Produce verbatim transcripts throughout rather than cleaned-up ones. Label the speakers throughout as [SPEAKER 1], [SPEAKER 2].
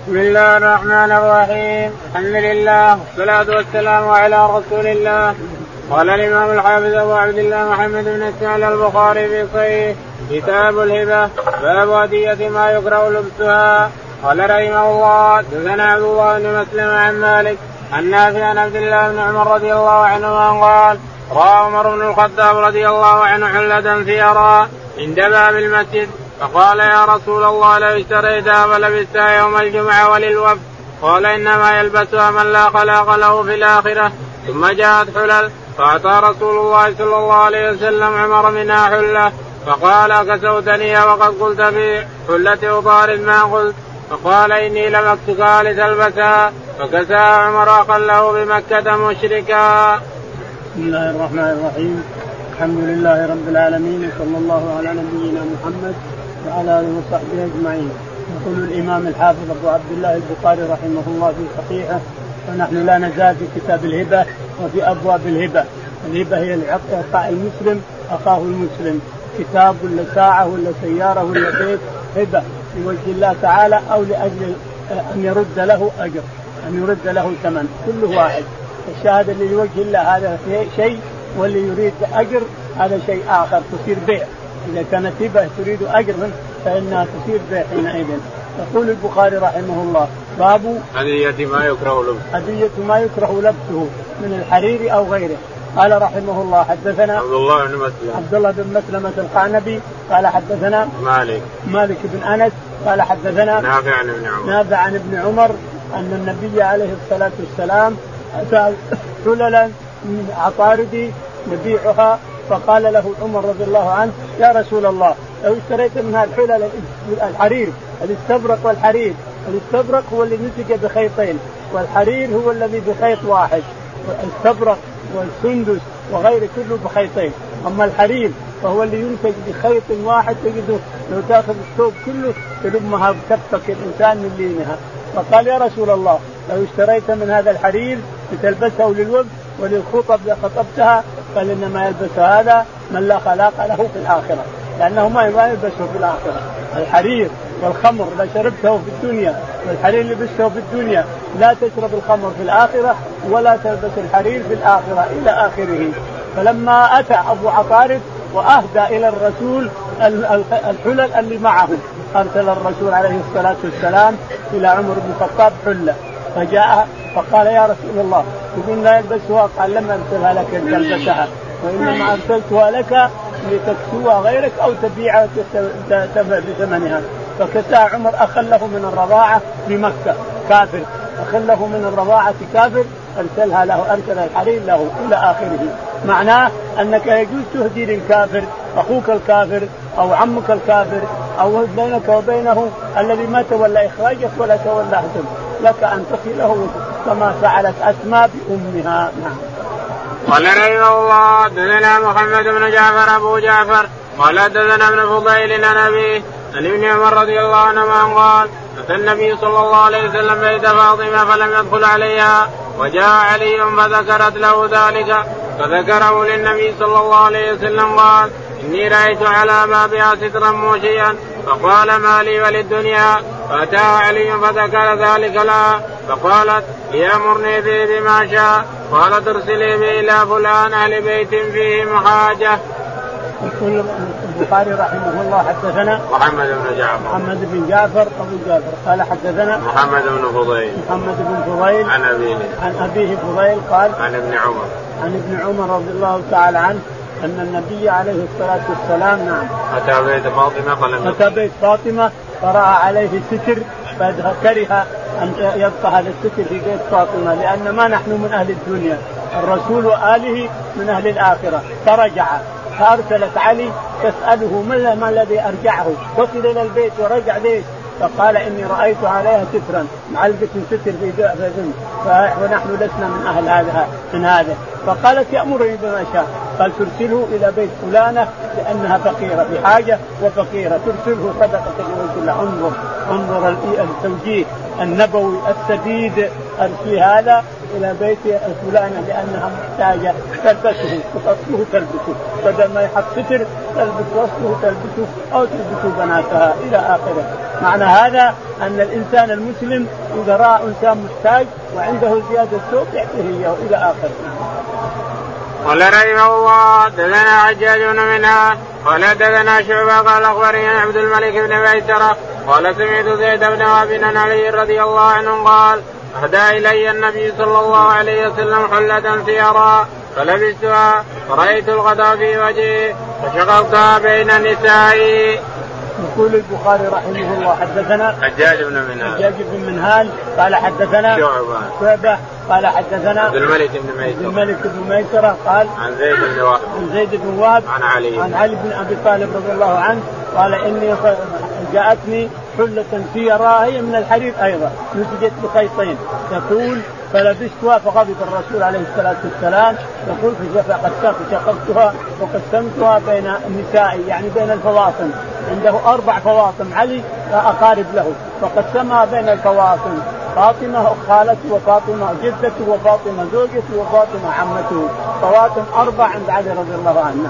[SPEAKER 1] بسم الله الرحمن الرحيم. الحمد لله والصلاة والسلام على رسول الله. قال الإمام الحافظ أبو عبد الله محمد بن إسماعيل البخاري في صحيح كتاب الهبة باب هدية ما يكره لبسها. قال رحمه الله حدثنا عبد الله بن مسلم عن مالك عن نافع عن عبد الله بن عمر رضي الله عنهما قال رأى عمر بن الخطاب رضي الله عنه حلة ثيرا عند باب المسجد فقال يا رسول الله لو اشتريتها فلبستها يوم الجمعة وللوفد قال إنما يلبسها من لا خلاق له في الآخرة. ثم جاءت حلل فأعطى رسول الله صلى الله عليه وسلم عمر منها حلة فقال كسوتني وقد قلت في حلة أطارد ما قلت فقال إني لم أكتكها لتلبسها فكساها عمر أقله بمكة مشركا.
[SPEAKER 2] بسم الله الرحمن الرحيم. الحمد لله رب العالمين صلى الله على نبينا محمد وعلى آله وصحبه أجمعين. يقول الإمام الحافظ أبو عبد الله البخاري رحمه الله في صحيحه ونحن لا نزال في كتاب الهبة وفي أبواب الهبة. الهبة هي إعطاء المسلم أخاه المسلم كتاب ولا ساعة ولا سيارة ولا بيت هبة لوجه الله تعالى أو لأجل أن يرد له أجر أن يرد له ثمن كله واحد. الشهادة اللي لوجه الله هذا شيء واللي يريد أجر هذا شيء آخر تصير بيع. إذا كانت هبة تريد أجر فإنها تصير بيع حينئذ. يقول البخاري رحمه الله باب
[SPEAKER 1] هدية ما يكره لبسه
[SPEAKER 2] هدية ما يكره لبسه من الحرير أو غيره. قال رحمه الله حدثنا
[SPEAKER 1] عبد الله بن مسلم
[SPEAKER 2] عبد الله بن مسلمة القعنبي قال حدثنا
[SPEAKER 1] مالك
[SPEAKER 2] مالك بن أنس قال حدثنا
[SPEAKER 1] نافع عن ابن عمر
[SPEAKER 2] نافع عن ابن عمر أن النبي عليه الصلاة والسلام أتى حللا من عطارد نبيعها فقال له عمر رضي الله عنه يا رسول الله لو اشتريت منها الحلل الحرير الاستبرق والحرير. الاستبرق هو اللي نسج بخيطين والحرير هو الذي بخيط واحد. الاستبرق والسندس وغيره كله بخيطين. أما الحرير فهو اللي ينتج بخيط واحد تجده لو تأخذ الثوب كله تلمها بكفك الإنسان من لينها. فقال يا رسول الله لو اشتريت من هذا الحرير لتلبسه للوفد وللخطب لخطبتها قال إنما يلبس هذا من لا خلاق له في الآخرة لأنه ما يلبسه في الآخرة. الحرير والخمر لا شربته في الدنيا والحرير لبسته في الدنيا لا تشرب الخمر في الآخرة ولا تلبس الحرير في الآخرة إلى آخره. فلما أتى أبو عطارد وأهدى إلى الرسول الحلل اللي معه أرسل الرسول عليه الصلاة والسلام إلى عمر بن الخطاب حلة فجاء فقال يا رسول الله يقول لا يلبسها قال لم أرسلها لك تلبسها وإنما أرسلتها لك لتكسوها غيرك أو تبيعها بثمنها. فكساها عمر أخله من الرضاعة بمكة كافر أخله من الرضاعة كافر أرسلها له أرسل الحرير له إلى آخره. معناه أنك يجوز تهدي للكافر أخوك الكافر أو عمك الكافر أو بينك وبينه الذي ما تولى إخراجك ولا تولى حسن لك أن تصله كما فعلت أسماء بأمها. نعم.
[SPEAKER 1] قال رحمه الله دثنا محمد بن جعفر أبو جعفر قال دثنا ابن فضيل عن أبيه عن ابن عمر رضي الله عنهما قال أتى النبي صلى الله عليه وسلم بيت فاطمة فلم يدخل عليها وجاء علي فذكرت له ذلك فذكره للنبي صلى الله عليه وسلم قال إني رأيت على بابها سترا موشيا فقال ما لي وللدنيا فأتى علي فذكر ذلك لها فقالت ليأمرني به بما شاء قال ترسلي به إلى فلان أهل بيت فيهم حاجة.
[SPEAKER 2] يقول البخاري رحمه الله حدثنا
[SPEAKER 1] محمد بن جعفر
[SPEAKER 2] محمد بن جعفر أبو جعفر قال حدثنا
[SPEAKER 1] محمد بن فضيل
[SPEAKER 2] محمد بن فضيل
[SPEAKER 1] عن أبيه
[SPEAKER 2] عن أبيه فضيل قال
[SPEAKER 1] عن ابن عمر
[SPEAKER 2] عن ابن عمر رضي الله تعالى عنه أن النبي عليه الصلاة والسلام نعم
[SPEAKER 1] أتى بيت فاطمة فلم
[SPEAKER 2] أتى بيت فاطمة فرأى عليه ستر فكره أن يبقى هذا الستر في بيت فاطمة لأن ما نحن من أهل الدنيا الرسول وآله من أهل الآخرة. فرجع فأرسلت علي تسأله ما, ما الذي أرجعه وصل إلى البيت ورجع ليش فقال إني رأيت عليها سترا معلقة ستر في ذنب ونحن لسنا من أهل هذا من هذا. فقالت يأمرني بما شاء قال ترسله إلى بيت فلانة لأنها فقيرة في حاجة وفقيرة ترسله صدقة لوجه الله. انظر انظر التوجيه النبوي السديد أرسلي هذا إلى بيت فلانة لأنها محتاجة تلبسه وتصله تلبسه، بدل ما يحط ستر تلبس وصله تلبسه أو تلبسه بناتها إلى آخره. معنى هذا أن الإنسان المسلم إذا رأى إنسان محتاج وعنده زيادة سوق يعطيه إياه إلى آخره.
[SPEAKER 1] قال رحمه الله دثنا حجاج بن منهال قال دثنا شعبة قال أخبرني عبد الملك بن ميسرة قال سمعت زيد بن وهب بن علي رضي الله عنه قال أهدى إلي النبي صلى الله عليه وسلم حلة سيرا فلبستها فرأيت الغداء في وجهي فشققتها بين النساء.
[SPEAKER 2] يقول البخاري رحمه الله حدثنا
[SPEAKER 1] حجاج بن منهال
[SPEAKER 2] حجاج بن منهال قال حدثنا
[SPEAKER 1] شعبة
[SPEAKER 2] شعبة قال حدثنا
[SPEAKER 1] عبد الملك بن ميسرة
[SPEAKER 2] الملك بن ميسرة قال
[SPEAKER 1] عن زيد بن وهب
[SPEAKER 2] عن زيد بن وهب
[SPEAKER 1] عن علي
[SPEAKER 2] عن علي بن أبي طالب رضي الله عنه قال إني جاءتني حلة سيرا هي من الحرير أيضا نسجت بخيطين تقول فلبستها فغضب الرسول عليه الصلاة والسلام يقول فشققتها وقسمتها بين النساء يعني بين الفواطم عنده أربع فواطم علي أقارب له فقسمها بين الفواطم فاطمة خالته وفاطمة جدته وفاطمة زوجته وفاطمة عمته فواطم أربع عند علي رضي الله عنه.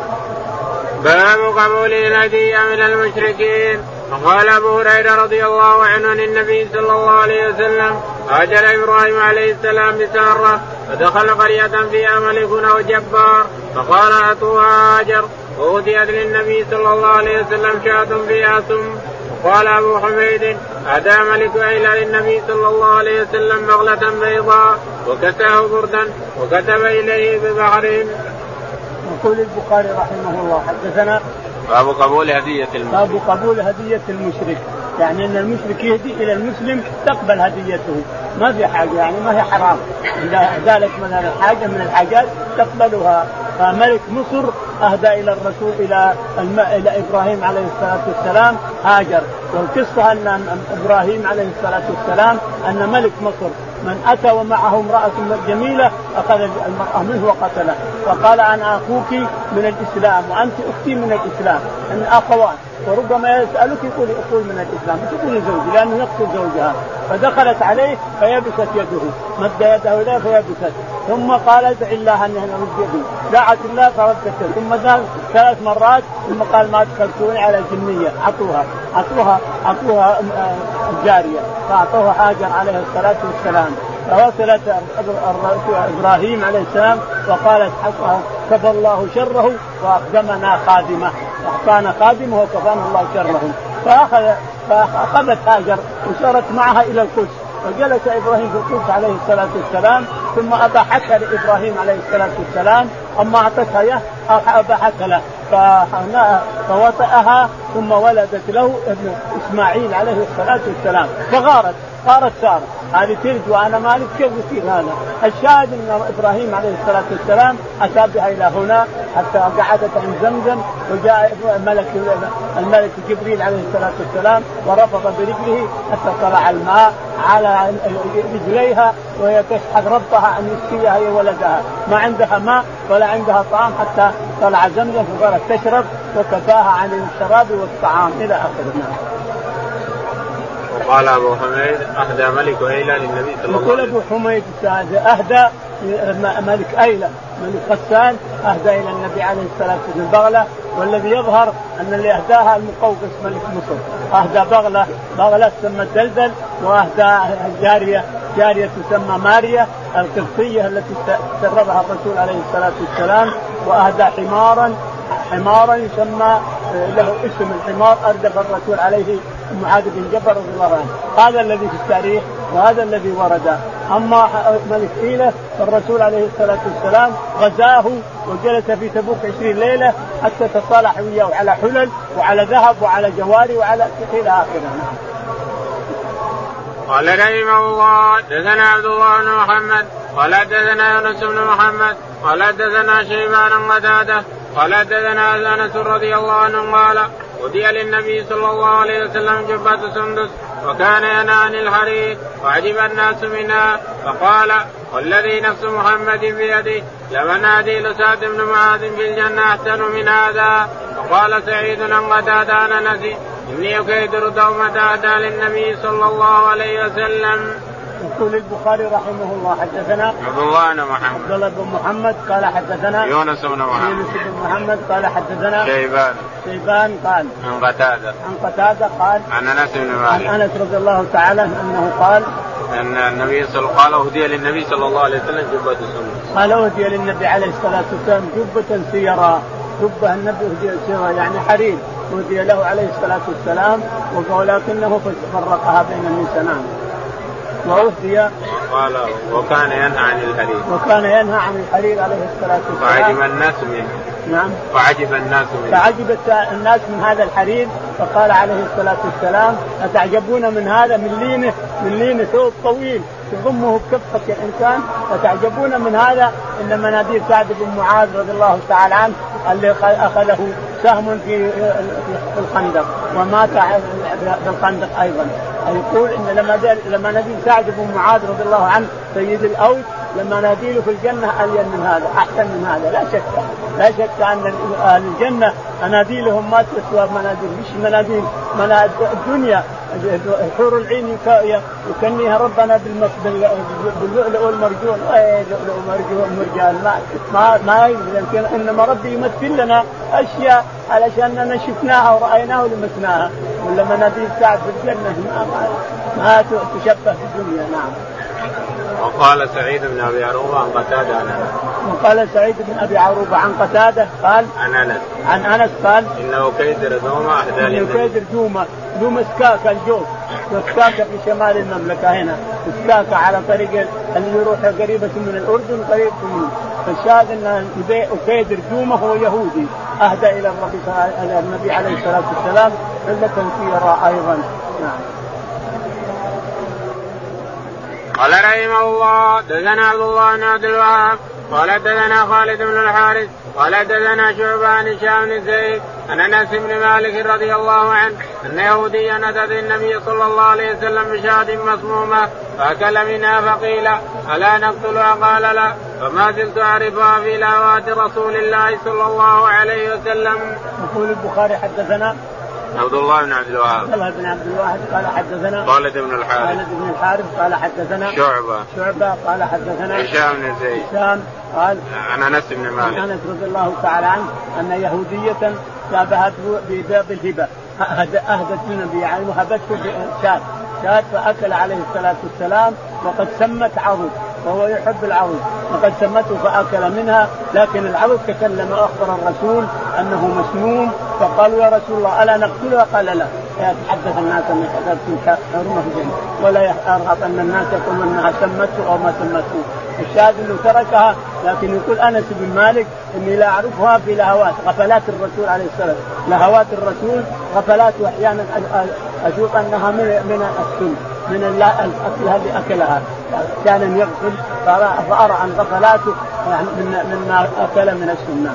[SPEAKER 1] باب قبول الهدية من المشركين. وقال أبو هريرة رضي الله عنه عن النبي صلى الله عليه وسلم هاجر إبراهيم عليه السلام بسارة فدخل قرية فيها ملك أو جبار فقال أتوها هاجر وأهديت للنبي صلى الله عليه وسلم شاة فيها سم. وقال أبو حميد أهدى ملك أيلة للنبي صلى الله عليه وسلم بغلة بيضاء وكساه بردا وكتب إليه ببحر.
[SPEAKER 2] يقول البخاري رحمه الله حدثنا
[SPEAKER 1] باب قبول هدية المشرك.
[SPEAKER 2] باب قبول هدية المشرك يعني أن المشرك يهدي إلى المسلم تقبل هديته ما في حاجة يعني ما هي حرام إذا ذلك من الحاجة من الحاجات تقبلها. فملك مصر أهدى إلى الرسول إلى الم... إلى إبراهيم عليه الصلاة والسلام هاجر. والقصة أن إبراهيم عليه الصلاة والسلام أن ملك مصر من أتى ومعه امرأة جميلة أخذ المرأة منه وقتله فقال أنا أخوك من الإسلام وأنت أختي من الإسلام أن أخوان وربما يسألك يقول أقول من الإسلام تقول زوجي لأنه يقتل زوجها فدخلت عليه فيبست يده مد يده إليه فيبست ثم قال ادع الله أن يرد يدي دعت الله فردته ثم ذهب ثلاث مرات ثم قال ما تخلصوني على جنية عطوها عطوها عطوها الجارية فأعطوها هاجر عليه الصلاة والسلام. فوصلت إبراهيم عليه السلام وقالت حقها كفى الله شره وأقدمنا خادمة أعطانا خادمه وكفانا الله شرهم. فأخذ فأخذت هاجر وسارت معها إلى القدس وجلس إبراهيم في القدس عليه الصلاة والسلام ثم أباحتها لإبراهيم عليه الصلاة والسلام أما أعطتها يه أباحتها له فوطئها ثم ولدت له ابن إسماعيل عليه الصلاة والسلام فغارت غارت سارة هذه تلد وأنا مالك كيف يصير هذا. الشاهد أن إبراهيم عليه الصلاة والسلام أتى بها إلى هنا حتى قعدت عند زمزم وجاء الملك الملك جبريل عليه الصلاة والسلام ورفض برجله حتى طلع الماء على رجليها وهي تشحذ ربها أن يسقيها هي ولدها ما عندها ماء ولا عندها طعام حتى طلع زمزم فقالت تشرب وكفاها عن الشراب والطعام إلى آخره.
[SPEAKER 1] قال أبو حميد أهدى ملك أيلة للنبي صلى الله عليه وسلم.
[SPEAKER 2] يقول أبو حميد أهدى ملك أيلة ملك غسان أهدى إلى النبي عليه الصلاة والسلام بغلة والذي يظهر أن اللي أهداها المقوقس ملك مصر أهدى بغلة بغلة تسمى الدلدل وأهدى جارية جارية تسمى ماريا القبطية التي سربها الرسول عليه الصلاة والسلام وأهدى حمارا حمارا يسمى له اسم الحمار أردف الرسول عليه معاذ بن جبل رضي الله عنه. هذا الذي في التاريخ وهذا الذي ورد. أما ملك إيلة فالرسول عليه الصلاة والسلام غزاه وجلس في تبوك عشرين ليلة حتى تصالح وياه على حلل وعلى ذهب وعلى جواري وعلى إلى آخره.
[SPEAKER 1] قال رحمه الله دثنا عبد الله بن محمد قال دثنا يونس بن محمد قال دثنا شيبان قتادة قال دثنا أنس رضي الله عنه قال أهدي للنبي صلى الله عليه وسلم جبة سندس وكان ينهى عن الحرير وعجب الناس منها فقال والذي نفس محمد بيده لمن أهدي لسعد بن معاذ في الجنة أحسن من هذا. وقال سعيد عن قتادة عن أنس إني أكيد دومة أهدى للنبي صلى الله عليه وسلم.
[SPEAKER 2] يقول البخاري رحمه الله حدثنا
[SPEAKER 1] عبد الله بن محمد
[SPEAKER 2] عبد الله بن محمد قال حدثنا
[SPEAKER 1] يونس بن محمد
[SPEAKER 2] يونس بن محمد قال حدثنا
[SPEAKER 1] شيبان
[SPEAKER 2] شيبان قال
[SPEAKER 1] عن قتادة
[SPEAKER 2] عن قتادة قال
[SPEAKER 1] عن أنس بن مالك
[SPEAKER 2] عن أنس رضي الله تعالى أنه قال
[SPEAKER 1] أن النبي صلى الله عليه وسلم قال أهدي للنبي صلى الله عليه وسلم جبة سندس.
[SPEAKER 2] قال أهدي للنبي عليه الصلاة والسلام جبة سيرا، جبة النبي أهدي سيرا يعني حرير أهدي له عليه الصلاة والسلام، ولكنه فرقها بين النساء. وأهدي
[SPEAKER 1] قال وكان ينهى عن الحرير
[SPEAKER 2] وكان ينهى عن الحرير عليه الصلاة والسلام.
[SPEAKER 1] فعجب الناس منه.
[SPEAKER 2] نعم.
[SPEAKER 1] فعجب الناس منه.
[SPEAKER 2] فعجب الناس من هذا الحرير، فقال عليه الصلاة والسلام أتعجبون من هذا من لينه من لينه ثوب طويل تضمه بكفك الإنسان، أتعجبون من هذا؟ إن مناديل سعد بن معاذ رضي الله تعالى عنه اللي أخذه سهم في الخندق ومات في الخندق أيضا. يقول إن لما ناديل سعد بن معاذ رضي الله عنه سيد الأوس لما ناديله في الجنة ألين من هذا أحسن من هذا لا شك لا شك أن أهل الجنة مناديلهم ما تسوى مناديل مش مناديل مناديل الدنيا. حور العين يكنيها ربنا باللؤلؤ والمرجان والمرجان ما ما ما يمكن إنما ربي يمثل لنا أشياء علشان شفناها ورأيناها ولمسناها، ولا مناديل سعد في الجنة ما, ما تشبه في الدنيا. نعم.
[SPEAKER 1] وقال سعيد بن أبي عروبة عن قتادة عن أنس.
[SPEAKER 2] وقال سعيد بن أبي عروبة عن قتادة قال
[SPEAKER 1] عن أنس
[SPEAKER 2] عن أنس قال
[SPEAKER 1] إنه كيدر دومة أهدى للنبي.
[SPEAKER 2] إنه كيدر دومة دوم سكاكة الجوف سكاكة في شمال المملكة هنا سكاكة على طريق اللي يروح قريبة من الأردن قريب منه. فالشاهد أن كيدر دومة هو يهودي أهدى إلى النبي عليه الصلاة والسلام إلا تنفيرا أيضا. نعم.
[SPEAKER 1] قال رحمه الله دثنا عبد الله بن عبد الوهاب قال دثنا خالد بن الحارث قال دثنا شعبة عن هشام بن زيد عن أنس بن مالك رضي الله عنه أن يهوديا أتى النبي صلى الله عليه وسلم بشاة مسمومة فأكل منها فقيل ألا نقتلها؟ قال لا، فما زلت أعرفها في لهوات رسول الله صلى الله عليه وسلم.
[SPEAKER 2] يقول البخاري حدثنا
[SPEAKER 1] عبد الله بن عبد الوهاب
[SPEAKER 2] عبد الله بن عبد الواحد قال حدثنا
[SPEAKER 1] خالد بن الحارث
[SPEAKER 2] خالد بن الحارث قال حدثنا
[SPEAKER 1] شعبة
[SPEAKER 2] شعبة قال حدثنا
[SPEAKER 1] هشام بن زيد
[SPEAKER 2] هشام قال
[SPEAKER 1] عن أنس بن مالك
[SPEAKER 2] عن أنس رضي الله تعالى عنه أن يهودية شابهت بباب الهبة أهدت النبي يعني وهبته شاة شاة فأكل عليه الصلاة والسلام وقد سمت عضو وهو يحب العضو وقد سمته فأكل منها، لكن العضو تكلم وأخبر الرسول أنه مسموم فقالوا يا رسول الله ألا نقتلها؟ قال لا، يتحدث الناس أن حدثت حرمه جن ولا يرغب أن الناس يقولون أنها سمته أو ما سمته. الشاهد أنه تركها، لكن يقول أنس بن مالك إني لا أعرفها في لهوات غفلات الرسول عليه السلام، لهوات الرسول غفلات وأحيانا أشوف أنها من من السن من الأكلها اللي أكلها كان يغفل فأرى عن غفلاته مما أكل من السنة.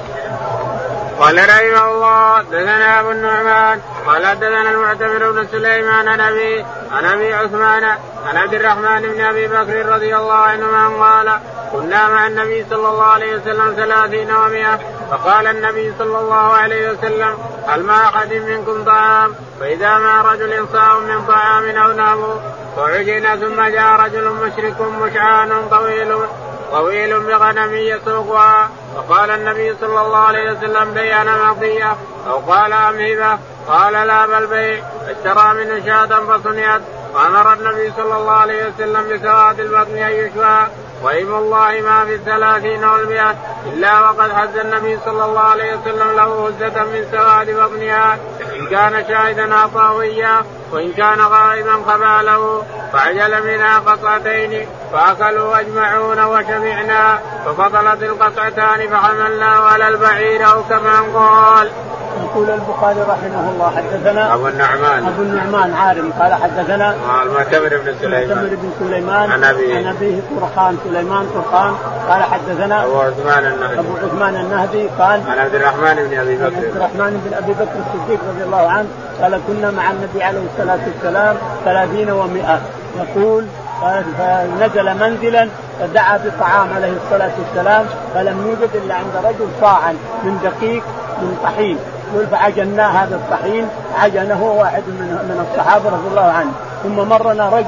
[SPEAKER 1] قال رحمه الله دثنا أبو النعمان قال دثنا المعتمر بن سليمان عن أبي عن أبي عثمان عن عبد الرحمن بن أبي بكر رضي الله عنهما قال كنا مع النبي صلى الله عليه وسلم ثلاثين ومئة فقال النبي صلى الله عليه وسلم هل ما أحد منكم طعام؟ فإذا ما رجل صاع من طعام أو نحو فعجن ثم جاء رجل مشرك مشعان طويل طويل بغنم يسوقها فقال النبي صلى الله عليه وسلم بيعنا مضية أو قال أمهبة؟ قال لا بل بيع. اشترى منه شاة فصنعت وأمر النبي صلى الله عليه وسلم بسواد البطن أن يشوى وإيم الله ما في الثلاثين والمئة إلا وقد حز النبي صلى الله عليه وسلم له هزة من سواد بطنها إن كان شاهدا أعطاه إياه وإن كان غائبا قباله فعجل منها قطعتين فأكلوا أجمعون وشبعنا ففضلت القطعتان فحملنا على البعير أو كما قال.
[SPEAKER 2] يقول البخاري رحمه الله حدثنا
[SPEAKER 1] أبو النعمان
[SPEAKER 2] أبو النعمان عارم قال حدثنا
[SPEAKER 1] المعتمر بن سليمان
[SPEAKER 2] المعتمر بن سليمان
[SPEAKER 1] عن أبيه
[SPEAKER 2] أبيه طرخان سليمان طرخان قال حدثنا
[SPEAKER 1] أبو عثمان النهدي
[SPEAKER 2] أبو عثمان النهدي قال
[SPEAKER 1] عن عبد الرحمن بن أبي بكر
[SPEAKER 2] عبد الرحمن بن أبي بكر الصديق رضي الله عنه قال كنا مع النبي عليه الصلاة والسلام ثلاثين ومئة يقول فنزل منزلا فدعا بطعام عليه الصلاة والسلام فلم يوجد إلا عند رجل صاعا من دقيق من طحين يقول فعجناه هذا الطحين عجنه واحد من من الصحابة رضي الله عنه ثم مرنا رجل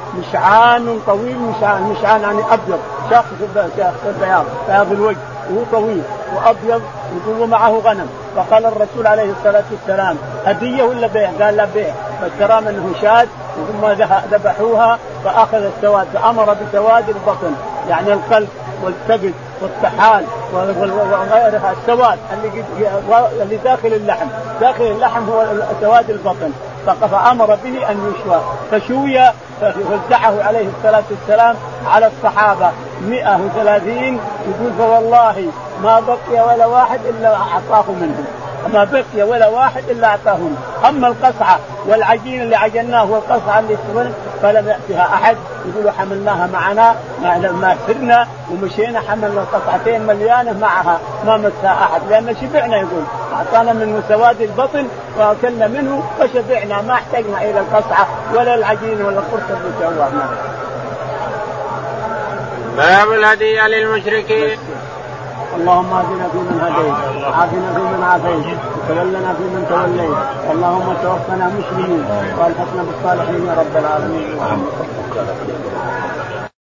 [SPEAKER 2] مشعان طويل، مشعان مشعان يعني ابيض شاخص البياض بياض الوجه وهو طويل وابيض يقول معه غنم. فقال الرسول عليه الصلاه والسلام هديه ولا بيع؟ قال لا بيع. فاشترى منه شاة ثم ذبحوها فاخذ السواد، فامر بسواد البطن يعني القلب والثقل والطحال وغيرها، السواد اللي اللي داخل اللحم، داخل اللحم هو سواد البطن، فأمر به أن يشوى. فشوي فوزعه عليه الصلاة والسلام على الصحابة مئة وثلاثين. يقول فوالله ما بقي ولا واحد إلا أعطاه منهم، ما بقي ولا واحد إلا أعطاهم. أما القصعة والعجين اللي عجناه والقصعة اللي سوينا فلم يأتها أحد. يقولوا حملناها معنا ما سرنا ومشينا حملنا القطعتين مليانة معها ما مسها أحد، لأن شبعنا. يقول أعطانا من سواد البطن وأكلنا منه فشبعنا، ما احتاجنا إلى القصعة ولا العجين ولا القرص اللي سواه.
[SPEAKER 1] باب الهدية للمشركين.
[SPEAKER 2] اللهم اهدنا فيمن هديت، عافنا فيمن عافيت، وتولنا فيمن توليت، اللهم توفنا مسلمين والحقنا بالصالحين يا رب العالمين.